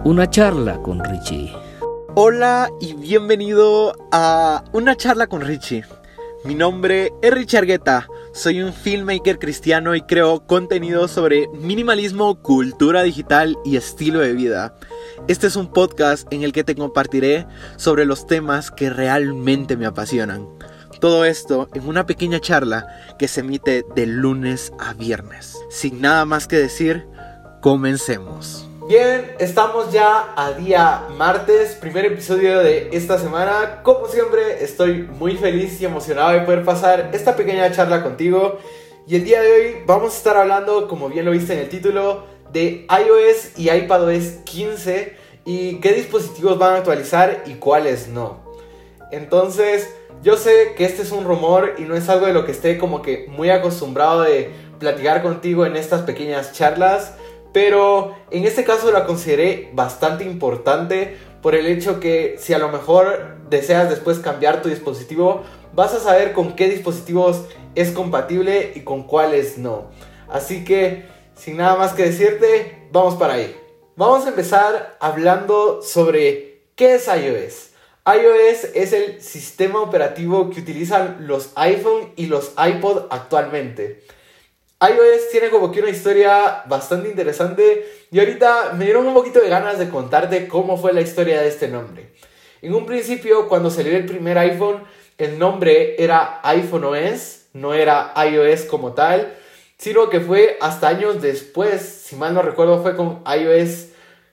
Una charla con Richie. Hola y bienvenido a Una charla con Richie. Mi nombre es Richie Argueta, soy un filmmaker cristiano y creo contenido sobre minimalismo, cultura digital y estilo de vida. Este es un podcast en el que te compartiré sobre los temas que realmente me apasionan. Todo esto en una pequeña charla que se emite de lunes a viernes. Sin nada más que decir, comencemos. Bien, estamos ya a día martes, primer episodio de esta semana. Como siempre, estoy muy feliz y emocionado de poder pasar esta pequeña charla contigo. Y el día de hoy vamos a estar hablando, como bien lo viste en el título, de iOS y iPadOS 15 y qué dispositivos van a actualizar y cuáles no. Entonces, yo sé que este es un rumor y no es algo de lo que esté como que muy acostumbrado de platicar contigo en estas pequeñas charlas, pero en este caso la consideré bastante importante por el hecho que si a lo mejor deseas después cambiar tu dispositivo, vas a saber con qué dispositivos es compatible y con cuáles no. Así que, sin nada más que decirte, vamos para ahí. Vamos a empezar hablando sobre qué es iOS. iOS es el sistema operativo que utilizan los iPhone y los iPod actualmente. iOS tiene como que una historia bastante interesante y ahorita me dieron un poquito de ganas de contarte cómo fue la historia de este nombre. En un principio, cuando salió el primer iPhone, el nombre era iPhone OS, no era iOS como tal, sino que fue hasta años después, si mal no recuerdo fue con iOS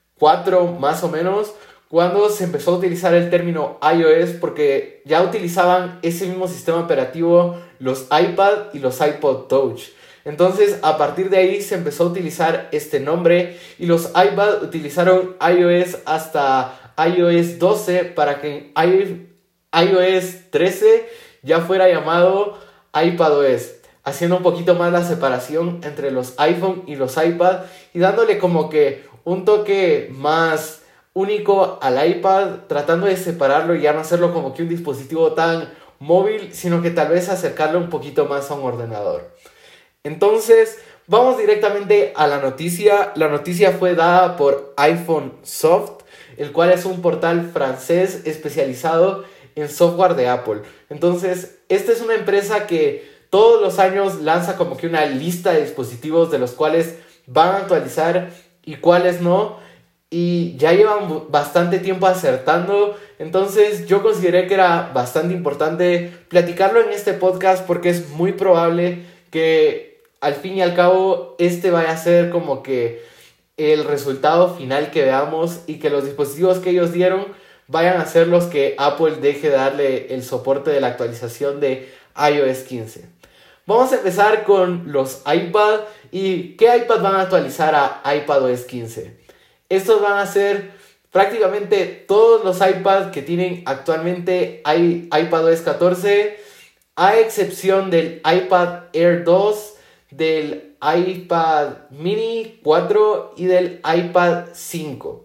4 más o menos, cuando se empezó a utilizar el término iOS porque ya utilizaban ese mismo sistema operativo los iPad y los iPod Touch. Entonces, a partir de ahí se empezó a utilizar este nombre y los iPad utilizaron iOS hasta iOS 12 para que en iOS 13 ya fuera llamado iPadOS, haciendo un poquito más la separación entre los iPhone y los iPad y dándole como que un toque más único al iPad, tratando de separarlo y ya no hacerlo como que un dispositivo tan móvil, sino que tal vez acercarlo un poquito más a un ordenador. Entonces, vamos directamente a la noticia. La noticia fue dada por iPhone Soft, el cual es un portal francés especializado en software de Apple. Entonces, esta es una empresa que todos los años lanza como que una lista de dispositivos de los cuales van a actualizar y cuáles no. Y ya llevan bastante tiempo acertando. Entonces, yo consideré que era bastante importante platicarlo en este podcast porque es muy probable que al fin y al cabo este vaya a ser como que el resultado final que veamos y que los dispositivos que ellos dieron vayan a ser los que Apple deje de darle el soporte de la actualización de iOS 15. Vamos a empezar con los iPad y qué iPad van a actualizar a iPadOS 15. Estos van a ser prácticamente todos los iPads que tienen actualmente iPadOS 14, a excepción del iPad Air 2, del iPad Mini 4 y del iPad 5.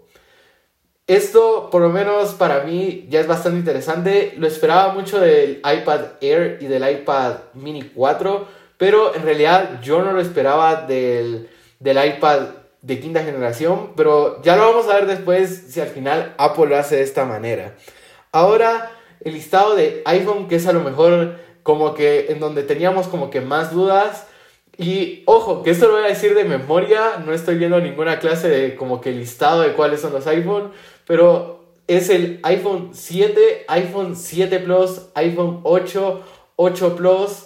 Esto, por lo menos para mí, ya es bastante interesante. Lo esperaba mucho del iPad Air y del iPad Mini 4, pero en realidad yo no lo esperaba del iPad de quinta generación, pero ya lo vamos a ver después si al final Apple lo hace de esta manera. Ahora, el listado de iPhone, que es a lo mejor como que en donde teníamos como que más dudas. Y ojo, que esto lo voy a decir de memoria, no estoy viendo ninguna clase de como que listado de cuáles son los iPhone, pero es el iPhone 7, iPhone 7 Plus, iPhone 8, 8 Plus,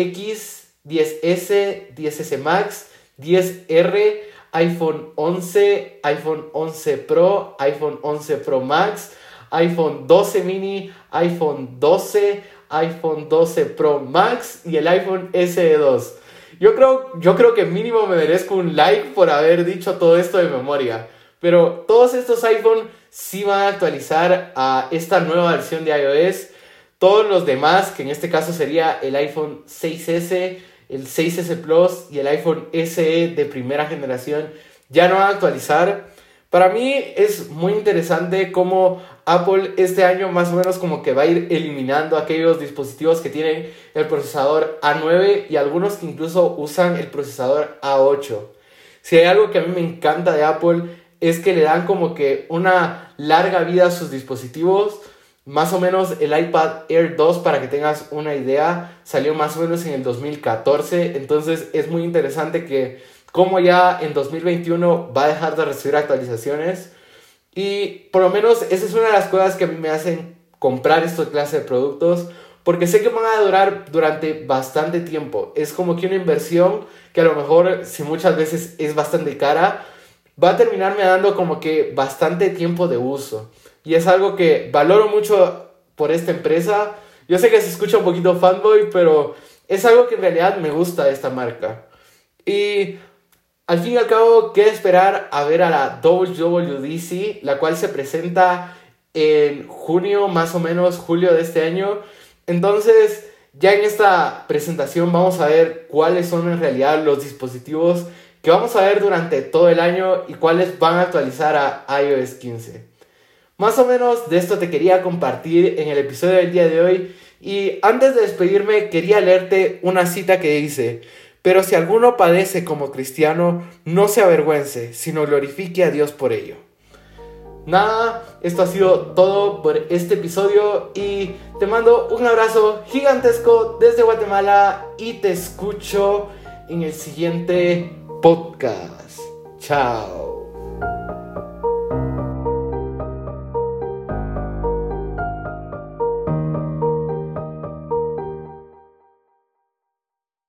X, 10S, 10S Max, 10R, iPhone 11, iPhone 11 Pro, iPhone 11 Pro Max, iPhone 12 mini, iPhone 12, iPhone 12 Pro Max y el iPhone SE 2. Yo creo que mínimo me merezco un like por haber dicho todo esto de memoria. Pero todos estos iPhone sí van a actualizar a esta nueva versión de iOS. Todos los demás, que en este caso sería el iPhone 6S, el 6S Plus y el iPhone SE de primera generación, ya no van a actualizar. Para mí es muy interesante cómo Apple este año más o menos como que va a ir eliminando aquellos dispositivos que tienen el procesador A9 y algunos que incluso usan el procesador A8. Si hay algo que a mí me encanta de Apple es que le dan como que una larga vida a sus dispositivos. Más o menos el iPad Air 2, para que tengas una idea, salió más o menos en el 2014. Entonces es muy interesante que como ya en 2021 va a dejar de recibir actualizaciones. Y por lo menos esa es una de las cosas que a mí me hacen comprar esta clase de productos, porque sé que van a durar durante bastante tiempo. Es como que una inversión que a lo mejor, si muchas veces es bastante cara, va a terminarme dando como que bastante tiempo de uso. Y es algo que valoro mucho por esta empresa. Yo sé que se escucha un poquito fanboy, pero es algo que en realidad me gusta de esta marca. Y al fin y al cabo, queda esperar a ver a la WWDC, la cual se presenta en junio, más o menos julio de este año. Entonces, ya en esta presentación vamos a ver cuáles son en realidad los dispositivos que vamos a ver durante todo el año y cuáles van a actualizar a iOS 15. Más o menos de esto te quería compartir en el episodio del día de hoy. Y antes de despedirme, quería leerte una cita que dice: pero si alguno padece como cristiano, no se avergüence, sino glorifique a Dios por ello. Nada, esto ha sido todo por este episodio y te mando un abrazo gigantesco desde Guatemala y te escucho en el siguiente podcast. Chao.